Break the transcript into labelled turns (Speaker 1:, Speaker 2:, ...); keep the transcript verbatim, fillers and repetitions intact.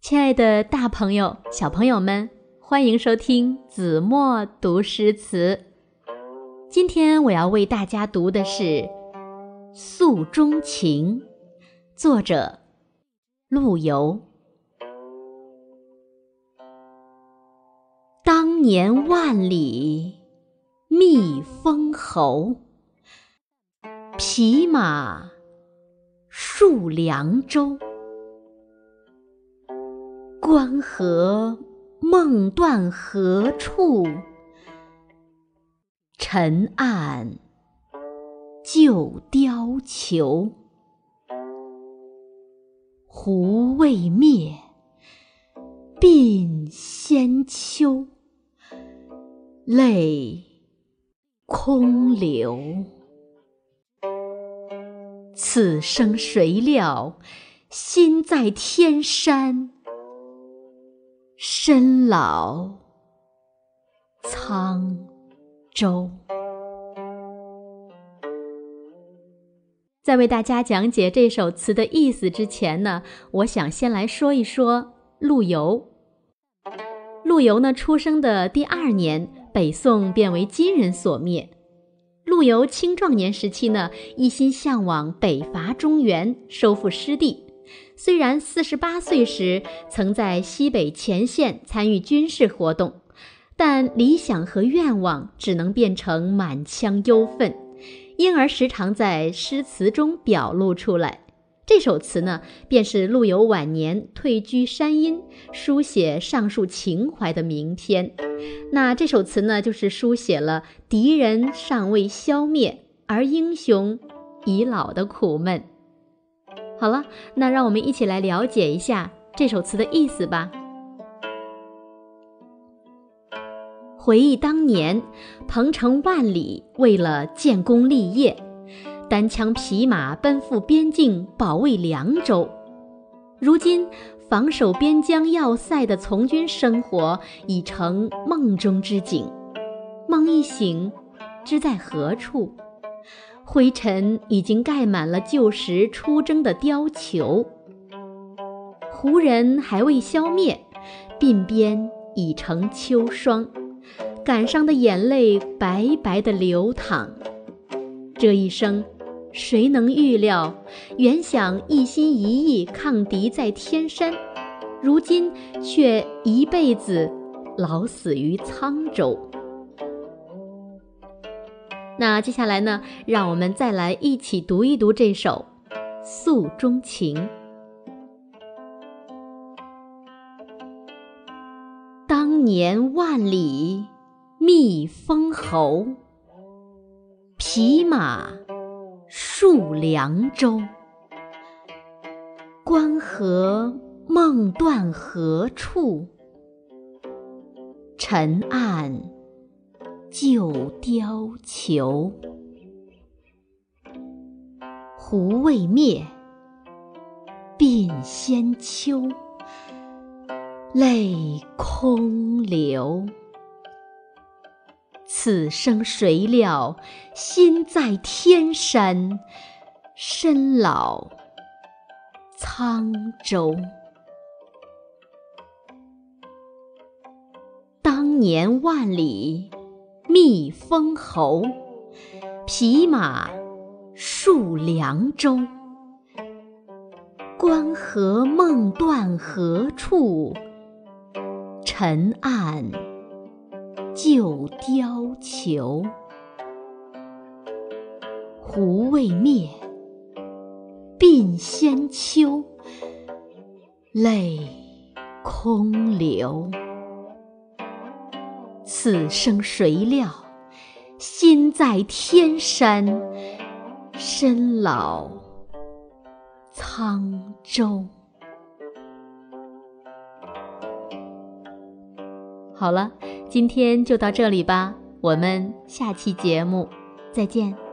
Speaker 1: 亲爱的大朋友、小朋友们，欢迎收听子墨读诗词。今天我要为大家读的是《诉衷情》，作者陆游。当年万里觅封侯，匹马戍梁州。关河梦断何处？沉暗旧貂裘。胡未灭，鬓先秋。泪空流。此生谁料，心在天山，身老沧州。在为大家讲解这首词的意思之前呢，我想先来说一说陆游。陆游呢，出生的第二年，北宋便为金人所灭。陆游青壮年时期呢，一心向往北伐中原，收复失地。虽然四十八岁时曾在西北前线参与军事活动，但理想和愿望只能变成满腔忧愤，因而时常在诗词中表露出来。这首词呢，便是陆游晚年退居山阴，书写上述情怀的名篇。那这首词呢，就是书写了敌人尚未消灭，而英雄已老的苦闷。好了，那让我们一起来了解一下这首词的意思吧。回忆当年，鹏程万里，为了建功立业，单枪匹马奔赴边境，保卫凉州。如今防守边疆要塞的从军生活已成梦中之景，梦一醒，知在何处？灰尘已经盖满了旧时出征的貂裘，胡人还未消灭，鬓边已成秋霜，感伤的眼泪白白地流淌。这一生，谁能预料，原想一心一意抗敌在天山，如今却一辈子老死于沧州。那接下来呢，让我们再来一起读一读这首《诉衷情》。当年万里觅封侯，匹马戍梁州。关河梦断何处？沉暗旧貂裘。胡未灭，鬓先秋。泪空流。此生谁料，心在天山，身老沧州。当年万里觅封侯，匹马戍梁州。关河梦断何处？沉暗旧貂裘。胡未灭，鬓先秋。泪空流。此生谁料，心在天山，身老沧州。好了，今天就到这里吧，我们下期节目再见。